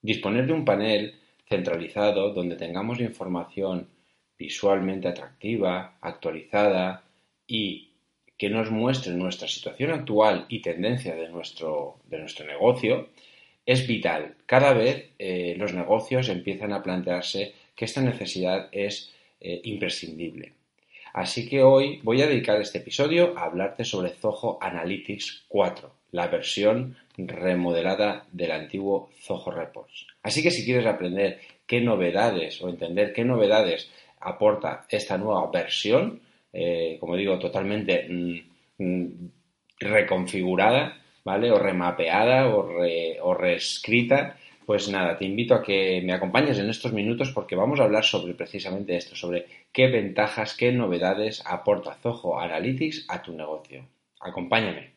Disponer de un panel centralizado donde tengamos información visualmente atractiva, actualizada y que nos muestre nuestra situación actual y tendencia de nuestro negocio es vital. Cada vez los negocios empiezan a plantearse que esta necesidad es imprescindible. Así que hoy voy a dedicar este episodio a hablarte sobre Zoho Analytics 4, la versión remodelada del antiguo Zoho Reports. Así que si quieres aprender qué novedades o entender qué novedades aporta esta nueva versión, como digo, totalmente reconfigurada, ¿vale? O remapeada o reescrita, pues nada, te invito a que me acompañes en estos minutos porque vamos a hablar sobre precisamente esto, sobre qué ventajas, qué novedades aporta Zoho Analytics a tu negocio. Acompáñame.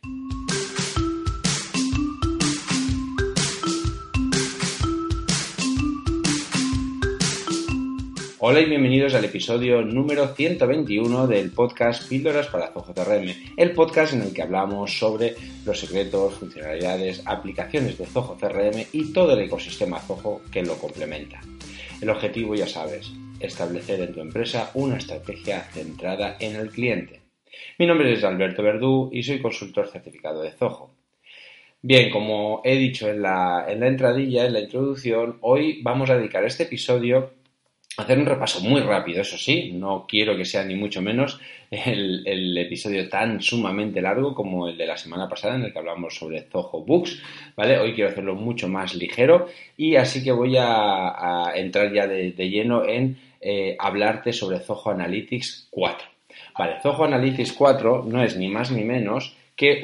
Hola y bienvenidos al episodio número 121 del podcast Píldoras para Zoho CRM, el podcast en el que hablamos sobre los secretos, funcionalidades, aplicaciones de Zoho CRM y todo el ecosistema Zoho que lo complementa. El objetivo, ya sabes, establecer en tu empresa una estrategia centrada en el cliente. Mi nombre es Alberto Verdú y soy consultor certificado de Zoho. Bien, como he dicho en la entradilla, en la introducción, hoy vamos a dedicar este episodio hacer un repaso muy rápido, eso sí, no quiero que sea ni mucho menos el episodio tan sumamente largo como el de la semana pasada en el que hablamos sobre Zoho Books, ¿vale? Hoy quiero hacerlo mucho más ligero y así que voy a entrar ya de lleno en hablarte sobre Zoho Analytics 4. Vale, Zoho Analytics 4 no es ni más ni menos que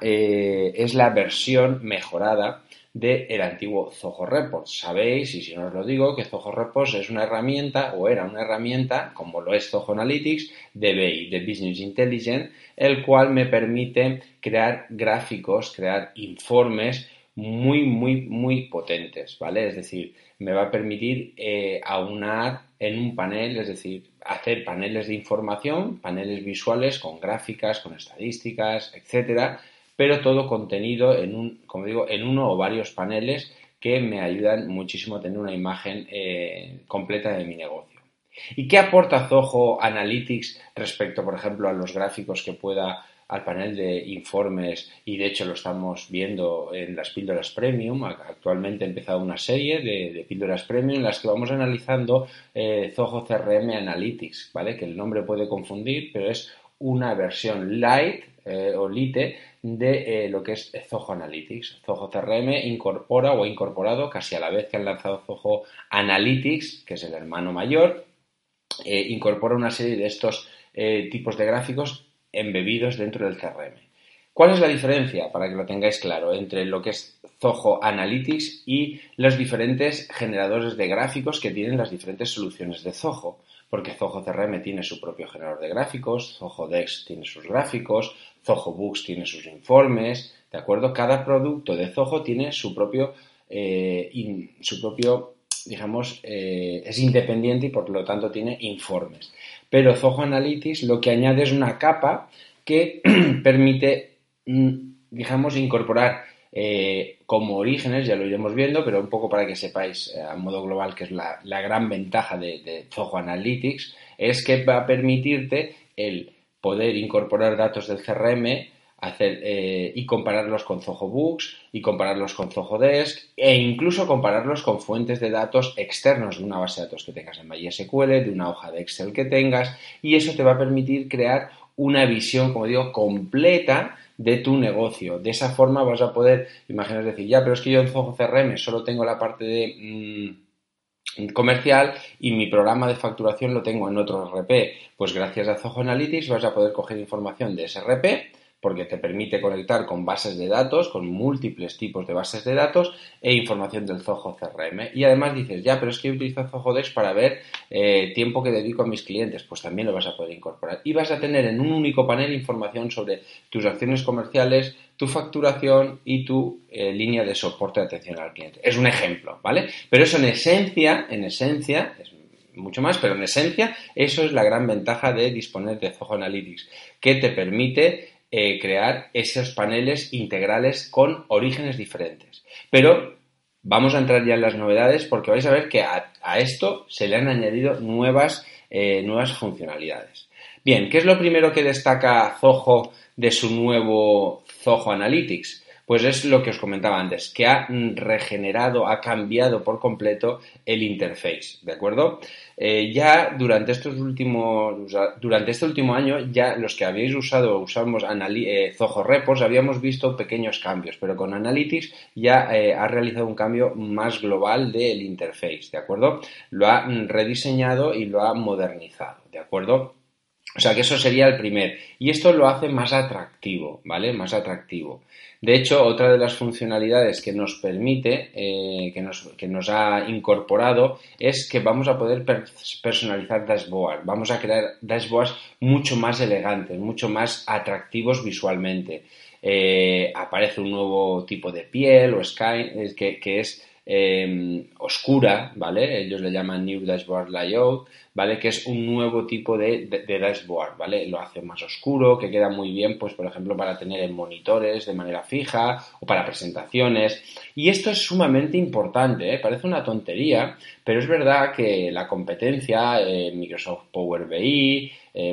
es la versión mejorada del antiguo Zoho Reports. Sabéis, y si no os lo digo, que Zoho Reports es una herramienta, o era una herramienta, como lo es Zoho Analytics, de BI, de Business Intelligence, el cual me permite crear gráficos, crear informes muy potentes, ¿vale? Es decir, me va a permitir aunar en un panel, es decir, hacer paneles de información, paneles visuales con gráficas, con estadísticas, etcétera, pero todo contenido en uno o varios paneles que me ayudan muchísimo a tener una imagen completa de mi negocio. ¿Y qué aporta Zoho Analytics respecto, por ejemplo, a los gráficos que pueda al panel de informes? Y de hecho lo estamos viendo en las píldoras premium. Actualmente he empezado una serie de píldoras premium en las que vamos analizando Zoho CRM Analytics, ¿vale? Que el nombre puede confundir, pero es una versión light o lite de lo que es Zoho Analytics. Zoho CRM incorpora o ha incorporado casi a la vez que han lanzado Zoho Analytics, que es el hermano mayor, incorpora una serie de estos tipos de gráficos embebidos dentro del CRM. ¿Cuál es la diferencia, para que lo tengáis claro, entre lo que es Zoho Analytics y los diferentes generadores de gráficos que tienen las diferentes soluciones de Zoho? Porque Zoho CRM tiene su propio generador de gráficos, Zoho Dex tiene sus gráficos, Zoho Books tiene sus informes, ¿de acuerdo? Cada producto de Zoho tiene su propio digamos, es independiente y por lo tanto tiene informes. Pero Zoho Analytics lo que añade es una capa que permite, digamos, incorporar como orígenes, ya lo iremos viendo, pero un poco para que sepáis a modo global que es la gran ventaja de Zoho Analytics, es que va a permitirte el poder incorporar datos del CRM, y compararlos con Zoho Books y compararlos con Zoho Desk e incluso compararlos con fuentes de datos externos de una base de datos que tengas en MySQL, de una hoja de Excel que tengas, y eso te va a permitir crear una visión, como digo, completa de tu negocio. De esa forma vas a poder, imaginar, decir, ya, pero es que yo en Zoho CRM solo tengo la parte de comercial y mi programa de facturación lo tengo en otro RP. Pues gracias a Zoho Analytics vas a poder coger información de ese RP porque te permite conectar con bases de datos, con múltiples tipos de bases de datos e información del Zoho CRM. Y además dices, ya, pero es que yo utilizo Zoho Dex para ver tiempo que dedico a mis clientes, pues también lo vas a poder incorporar. Y vas a tener en un único panel información sobre tus acciones comerciales, tu facturación y tu línea de soporte de atención al cliente. Es un ejemplo, ¿vale? Pero eso en esencia, es mucho más, pero en esencia eso es la gran ventaja de disponer de Zoho Analytics, que te permite crear esos paneles integrales con orígenes diferentes. Pero Vamos a entrar ya en las novedades porque vais a ver que a esto se le han añadido nuevas funcionalidades. Bien, ¿qué es lo primero que destaca Zoho de su nuevo Zoho Analytics? Pues es lo que os comentaba antes, que ha regenerado, ha cambiado por completo el interface, ¿de acuerdo? Ya durante este último año, ya los que habéis usamos Zoho Reports, habíamos visto pequeños cambios, pero con Analytics ya ha realizado un cambio más global del interface, ¿de acuerdo? Lo ha rediseñado y lo ha modernizado, ¿de acuerdo? O sea que eso sería el primer. Y esto lo hace más atractivo, ¿vale? Más atractivo. De hecho, otra de las funcionalidades que nos permite, que nos ha incorporado, es que vamos a poder personalizar dashboards. Vamos a crear dashboards mucho más elegantes, mucho más atractivos visualmente. Aparece un nuevo tipo de piel o sky que es oscura, ¿vale? Ellos le llaman New Dashboard Layout, ¿vale? Que es un nuevo tipo de dashboard, ¿vale? Lo hace más oscuro, que queda muy bien, pues, por ejemplo, para tener en monitores de manera fija o para presentaciones. Y esto es sumamente importante, ¿eh? Parece una tontería, pero es verdad que la competencia, Microsoft Power BI,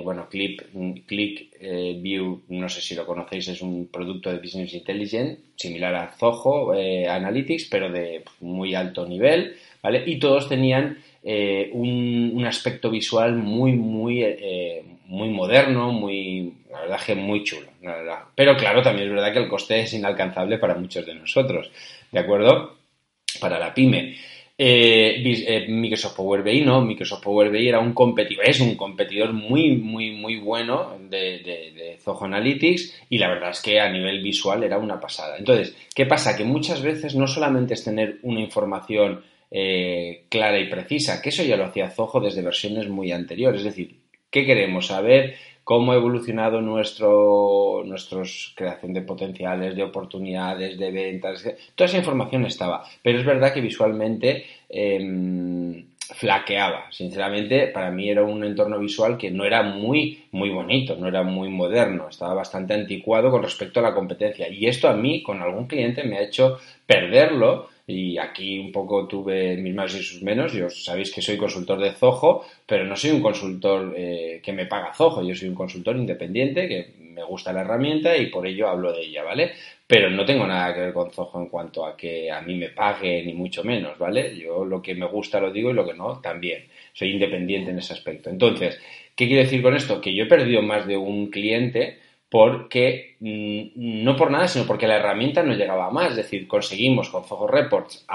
ClickView, no sé si lo conocéis, es un producto de Business Intelligence similar a Zoho Analytics, pero de muy alto nivel, ¿vale? Y todos tenían un aspecto visual muy moderno, la verdad que muy chulo, la verdad. Pero claro, también es verdad que el coste es inalcanzable para muchos de nosotros, ¿de acuerdo? Para la pyme. Microsoft Power BI no, Microsoft Power BI es un competidor muy bueno de Zoho Analytics y la verdad es que a nivel visual era una pasada. Entonces, ¿qué pasa? Que muchas veces no solamente es tener una información clara y precisa, que eso ya lo hacía Zoho desde versiones muy anteriores, es decir, ¿qué queremos saber? Cómo ha evolucionado nuestros creación de potenciales, de oportunidades, de ventas, toda esa información estaba, pero es verdad que visualmente flaqueaba. Sinceramente, para mí era un entorno visual que no era muy bonito, no era muy moderno, estaba bastante anticuado con respecto a la competencia. Y esto a mí, con algún cliente, me ha hecho perderlo. Y aquí un poco tuve mis más y sus menos. Yo sabéis que soy consultor de Zoho, pero no soy un consultor que me paga Zoho. Yo soy un consultor independiente que me gusta la herramienta y por ello hablo de ella, ¿vale? Pero no tengo nada que ver con Zoho en cuanto a que a mí me pague, ni mucho menos, ¿vale? Yo lo que me gusta lo digo y lo que no, también. Soy independiente en ese aspecto. Entonces, ¿qué quiero decir con esto? Que yo he perdido más de un cliente porque, no por nada, sino porque la herramienta no llegaba a más. Es decir, conseguimos con Zoho Reports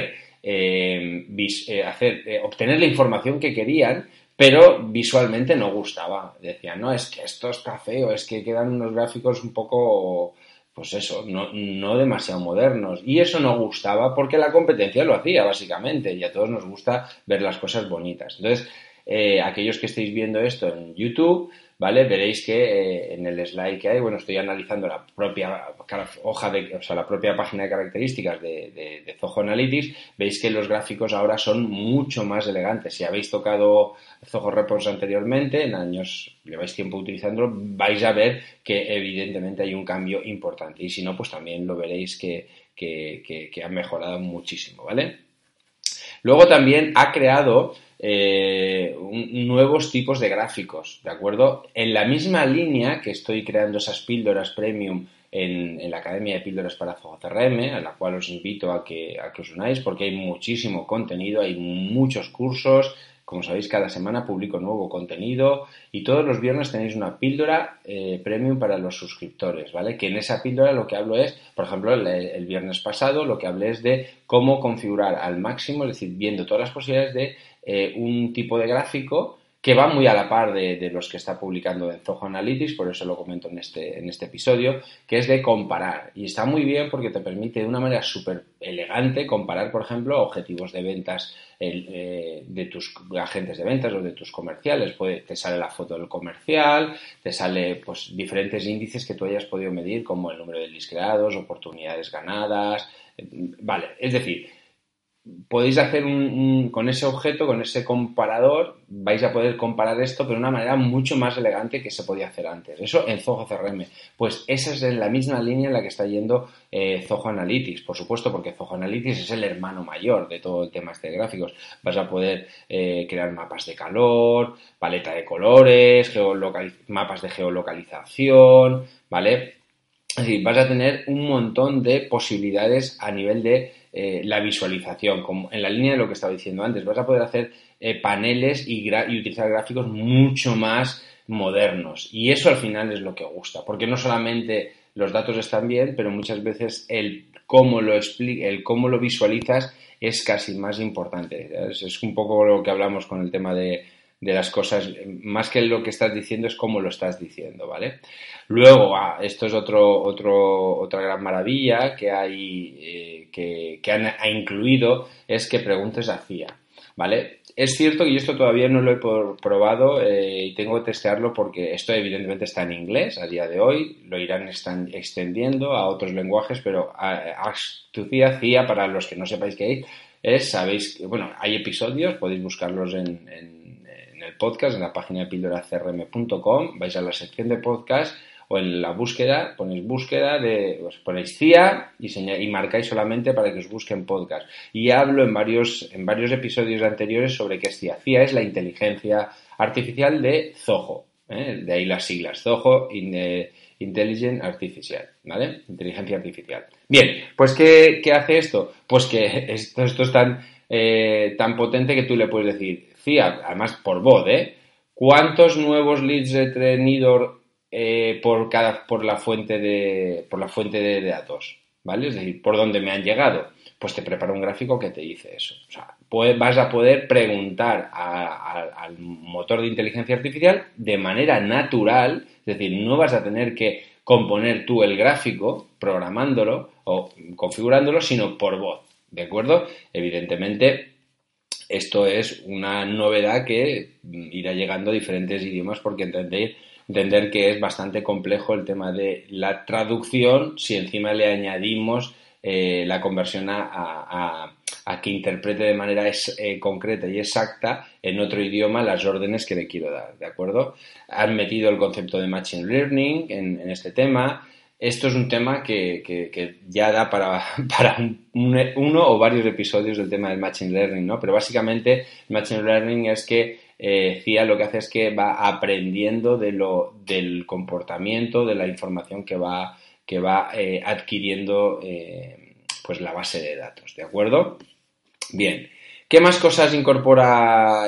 obtener la información que querían, pero visualmente no gustaba. Decían, no, es que esto está feo, es que quedan unos gráficos un poco, pues eso, no demasiado modernos. Y eso no gustaba porque la competencia lo hacía, básicamente, y a todos nos gusta ver las cosas bonitas. Entonces, aquellos que estéis viendo esto en YouTube, ¿vale? Veréis que en el slide que hay, bueno, estoy analizando la propia la propia página de características de Zoho Analytics, veis que los gráficos ahora son mucho más elegantes. Si habéis tocado Zoho Reports anteriormente, en años lleváis tiempo utilizándolo, vais a ver que evidentemente hay un cambio importante. Y si no, pues también lo veréis que ha mejorado muchísimo, ¿vale? Luego también ha creado nuevos tipos de gráficos, ¿de acuerdo? En la misma línea que estoy creando esas píldoras premium en la Academia de Píldoras para Zoho CRM, a la cual os invito a que os unáis porque hay muchísimo contenido, hay muchos cursos. Como sabéis, cada semana publico nuevo contenido y todos los viernes tenéis una píldora premium para los suscriptores, ¿vale? Que en esa píldora lo que hablo es, por ejemplo, el viernes pasado lo que hablé es de cómo configurar al máximo, es decir, viendo todas las posibilidades de un tipo de gráfico que va muy a la par de los que está publicando en Zoho Analytics, por eso lo comento en este episodio, que es de comparar. Y está muy bien porque te permite de una manera súper elegante comparar, por ejemplo, objetivos de ventas de tus agentes de ventas o de tus comerciales. Te sale la foto del comercial, te sale pues diferentes índices que tú hayas podido medir, como el número de leads creados, oportunidades ganadas, vale, es decir, podéis hacer con ese objeto, con ese comparador, vais a poder comparar esto pero de una manera mucho más elegante que se podía hacer antes. Eso en Zoho CRM. Pues esa es la misma línea en la que está yendo Zoho Analytics, por supuesto, porque Zoho Analytics es el hermano mayor de todo el tema de gráficos. Vas a poder crear mapas de calor, paleta de colores, mapas de geolocalización, ¿vale? Es decir, vas a tener un montón de posibilidades a nivel de la visualización, como en la línea de lo que estaba diciendo antes. Vas a poder hacer paneles y utilizar gráficos mucho más modernos. Y eso al final es lo que gusta, porque no solamente los datos están bien, pero muchas veces el cómo lo visualizas es casi más importante. Es un poco lo que hablamos con el tema de las cosas, más que lo que estás diciendo es cómo lo estás diciendo, ¿vale? Luego, esto es otra gran maravilla que hay, que ha incluido, es que preguntes a CIA, ¿vale? Es cierto que yo esto todavía no lo he probado y tengo que testearlo porque esto evidentemente está en inglés a día de hoy, lo irán extendiendo a otros lenguajes, pero Ask to CIA, para los que no sepáis qué es, sabéis que, bueno, hay episodios, podéis buscarlos en el podcast, en la página de pildoracrm.com, vais a la sección de podcast o en la búsqueda, ponéis búsqueda, ponéis CIA y marcáis solamente para que os busquen podcast. Y hablo en varios episodios anteriores sobre qué es CIA. CIA es la inteligencia artificial de Zoho, de ahí las siglas, Zoho Intelligent Artificial, ¿vale? Inteligencia artificial. Bien, pues ¿qué hace esto? Pues que esto es tan potente que tú le puedes decir, CIA, además por voz, ¿cuántos nuevos leads he tenido por la fuente de datos? ¿Vale? Es decir, por dónde me han llegado. Pues te prepara un gráfico que te dice eso. O sea, vas a poder preguntar al motor de inteligencia artificial de manera natural, es decir, no vas a tener que componer tú el gráfico programándolo o configurándolo, sino por voz, ¿de acuerdo? Evidentemente, esto es una novedad que irá llegando a diferentes idiomas porque entender que es bastante complejo el tema de la traducción si encima le añadimos la conversión a que interprete de manera concreta y exacta en otro idioma las órdenes que le quiero dar, ¿de acuerdo? Han metido el concepto de Machine Learning en este tema. Esto es un tema que ya da para uno o varios episodios del tema del Machine Learning, ¿no? Pero básicamente Machine Learning es que CIA lo que hace es que va aprendiendo del comportamiento, de la información que va adquiriendo pues la base de datos, ¿de acuerdo? Bien. ¿Qué más cosas incorpora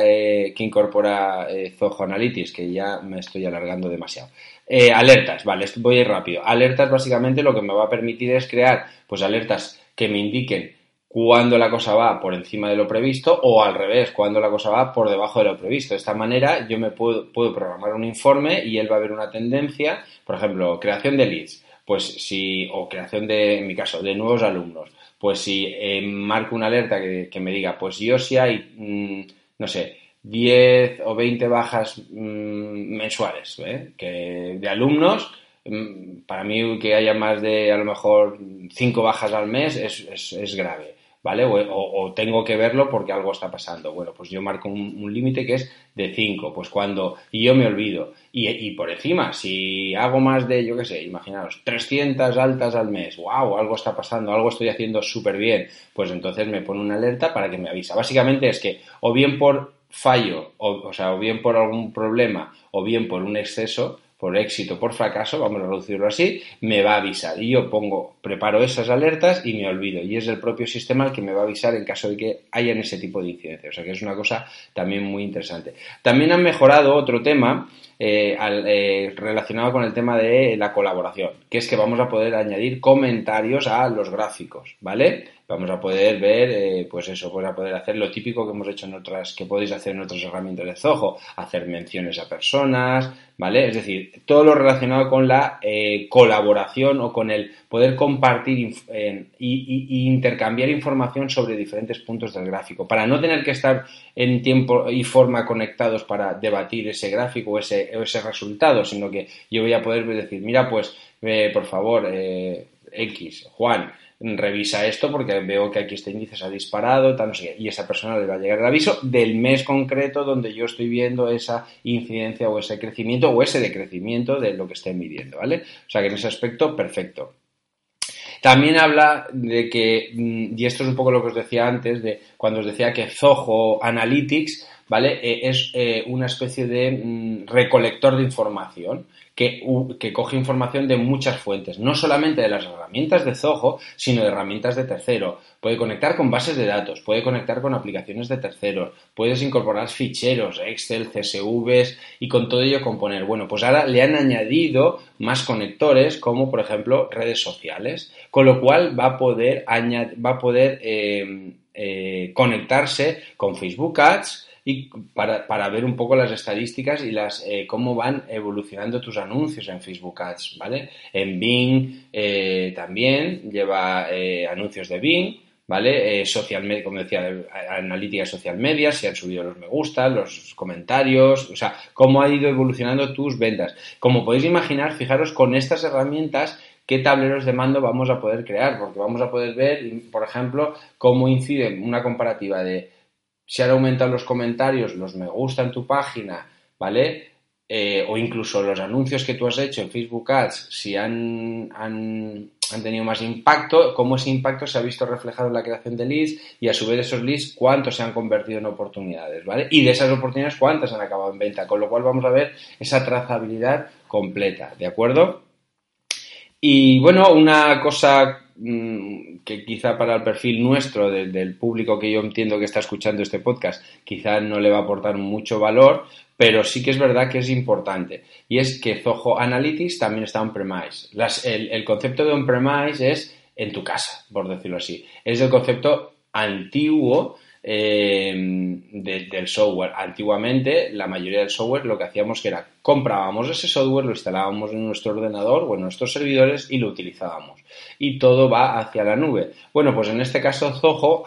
Zoho Analytics? Que ya me estoy alargando demasiado. Alertas, vale, voy a ir rápido. Alertas básicamente lo que me va a permitir es crear pues alertas que me indiquen cuando la cosa va por encima de lo previsto o al revés, cuando la cosa va por debajo de lo previsto. De esta manera yo me puedo programar un informe y él va a ver una tendencia, por ejemplo, creación de leads, o creación en mi caso, de nuevos alumnos. Pues si marco una alerta que me diga, pues yo si hay, no sé, 10 o 20 bajas mensuales de alumnos, para mí que haya más de a lo mejor 5 bajas al mes es grave, ¿vale? O tengo que verlo porque algo está pasando. Bueno, pues yo marco un límite que es de 5, pues y yo me olvido. Y por encima, si hago más de, yo qué sé, imaginaos, 300 altas al mes, wow, algo está pasando, algo estoy haciendo súper bien, pues entonces me pone una alerta para que me avisa. Básicamente es que o bien por fallo, o bien por algún problema, o bien por un exceso, por éxito, por fracaso, vamos a reducirlo así, me va a avisar. Y yo preparo esas alertas y me olvido. Y es el propio sistema el que me va a avisar en caso de que hayan ese tipo de incidencias. O sea que es una cosa también muy interesante. También han mejorado otro tema relacionado con el tema de la colaboración, que es que vamos a poder añadir comentarios a los gráficos, ¿vale? Vamos a poder ver, pues a poder hacer lo típico que hemos hecho que podéis hacer en otras herramientas de Zoho, hacer menciones a personas, ¿vale? Es decir, todo lo relacionado con la colaboración o con el poder compartir y intercambiar información sobre diferentes puntos del gráfico, para no tener que estar en tiempo y forma conectados para debatir ese gráfico o ese resultado, sino que yo voy a poder decir, mira, pues, por favor, Juan, revisa esto porque veo que aquí este índice se ha disparado, tal, no sé qué, y esa persona le va a llegar el aviso del mes concreto donde yo estoy viendo esa incidencia o ese crecimiento o ese decrecimiento de lo que esté midiendo, ¿vale? O sea que en ese aspecto, perfecto. También habla de que, y esto es un poco lo que os decía antes, de cuando os decía que Zoho Analytics, ¿vale? Es una especie de recolector de información que coge información de muchas fuentes, no solamente de las herramientas de Zoho, sino de herramientas de tercero. Puede conectar con bases de datos, puede conectar con aplicaciones de terceros, puedes incorporar ficheros, Excel, CSVs y con todo ello componer. Bueno, pues ahora le han añadido más conectores como por ejemplo redes sociales, con lo cual va a poder conectarse con Facebook Ads y para ver un poco las estadísticas y cómo van evolucionando tus anuncios en Facebook Ads, ¿vale? En Bing también lleva anuncios de Bing, ¿vale? Social media, como decía, analítica social media, si han subido los me gusta, los comentarios, o sea, cómo ha ido evolucionando tus ventas. Como podéis imaginar, fijaros con estas herramientas qué tableros de mando vamos a poder crear, porque vamos a poder ver, por ejemplo, cómo incide una comparativa de si han aumentado los comentarios, los me gusta en tu página, ¿vale? O incluso los anuncios que tú has hecho en Facebook Ads, si han tenido más impacto, cómo ese impacto se ha visto reflejado en la creación de leads y a su vez esos leads cuántos se han convertido en oportunidades, ¿vale? Y de esas oportunidades cuántas han acabado en venta, con lo cual vamos a ver esa trazabilidad completa, ¿de acuerdo? Y bueno, una cosa que quizá para el perfil nuestro, del público que yo entiendo que está escuchando este podcast, quizá no le va a aportar mucho valor, pero sí que es verdad que es importante. Y es que Zoho Analytics también está on-premise. El concepto de on-premise es en tu casa, por decirlo así. Es el concepto antiguo del software. Antiguamente, la mayoría del software lo que hacíamos que era comprábamos ese software, lo instalábamos en nuestro ordenador o en nuestros servidores y lo utilizábamos. Y todo va hacia la nube. Bueno, pues en este caso Zoho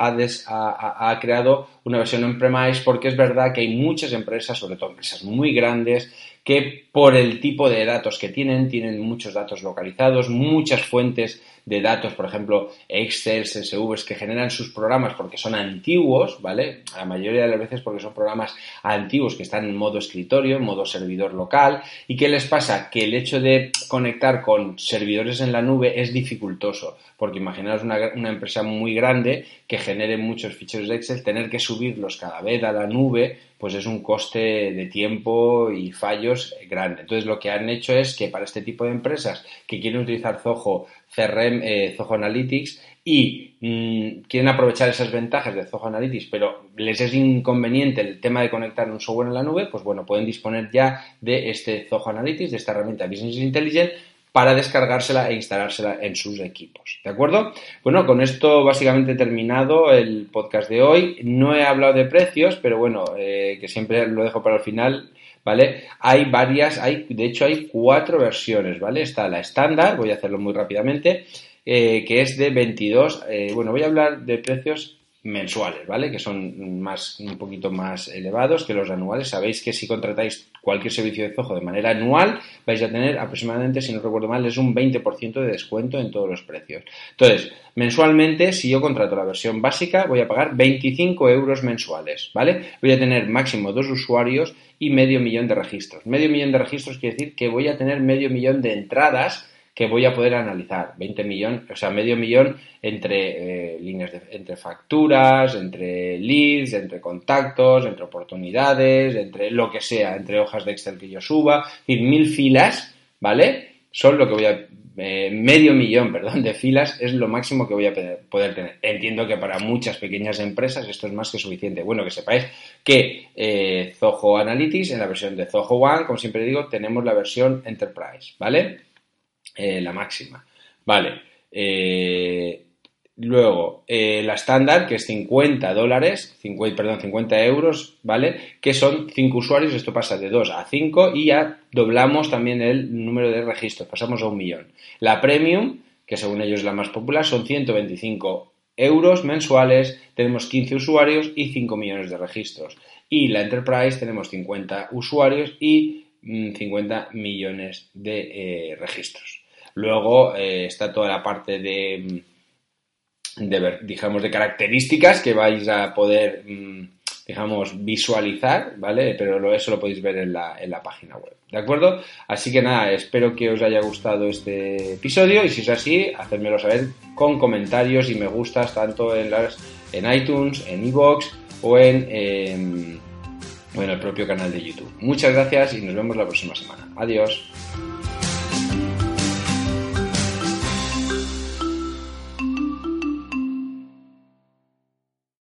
ha creado una versión on-premise porque es verdad que hay muchas empresas, sobre todo empresas muy grandes, que por el tipo de datos que tienen muchos datos localizados, muchas fuentes de datos, por ejemplo, Excel, CSVs, que generan sus programas porque son antiguos, ¿vale? La mayoría de las veces porque son programas antiguos que están en modo escritorio, en modo servidor local. ¿Y qué les pasa? Que el hecho de conectar con servidores en la nube es dificultoso, porque imaginaos una empresa muy grande que genere muchos ficheros de Excel, tener que subirlos cada vez a la nube, pues es un coste de tiempo y fallos grande. Entonces lo que han hecho es que para este tipo de empresas que quieren utilizar Zoho CRM, Zoho Analytics y quieren aprovechar esas ventajas de Zoho Analytics, pero les es inconveniente el tema de conectar un software en la nube, pues bueno, pueden disponer ya de este Zoho Analytics, de esta herramienta Business Intelligence, para descargársela e instalársela en sus equipos, ¿de acuerdo? Bueno, con esto básicamente he terminado el podcast de hoy. No he hablado de precios, pero bueno, que siempre lo dejo para el final, ¿vale? De hecho hay 4 versiones, ¿vale? Está la estándar, voy a hacerlo muy rápidamente, que es de 22, bueno, voy a hablar de precios mensuales, ¿vale? Que son un poquito más elevados que los anuales. Sabéis que si contratáis cualquier servicio de Zoho de manera anual, vais a tener aproximadamente, si no recuerdo mal, es un 20% de descuento en todos los precios. Entonces, mensualmente, si yo contrato la versión básica, voy a pagar 25 euros mensuales, ¿vale? Voy a tener máximo 2 usuarios y medio millón de registros. Medio millón de registros quiere decir que voy a tener medio millón de entradas que voy a poder analizar. 20 millones, o sea, medio millón entre entre facturas, entre leads, entre contactos, entre oportunidades, entre lo que sea, entre hojas de Excel que yo suba, es decir, 1000 filas, ¿vale? Son lo que voy a medio millón, perdón, de filas es lo máximo que voy a poder tener. Entiendo que para muchas pequeñas empresas esto es más que suficiente. Bueno, que sepáis que Zoho Analytics, en la versión de Zoho One, como siempre digo, tenemos la versión Enterprise, ¿vale? La máxima. Vale. Luego, la estándar, que es $50, 50 euros, ¿vale? Que son 5 usuarios, esto pasa de 2 a 5 y ya doblamos también el número de registros, pasamos a 1 millón. La Premium, que según ellos es la más popular, son 125 euros mensuales, tenemos 15 usuarios y 5 millones de registros. Y la Enterprise tenemos 50 usuarios y 50 millones de registros. Luego está toda la parte de de características que vais a poder, visualizar, ¿vale? Pero eso lo podéis ver en la página web, ¿de acuerdo? Así que nada, espero que os haya gustado este episodio y si es así, hacérmelo saber con comentarios y me gustas tanto en iTunes, en iVoox o en el propio canal de YouTube. Muchas gracias y nos vemos la próxima semana. Adiós.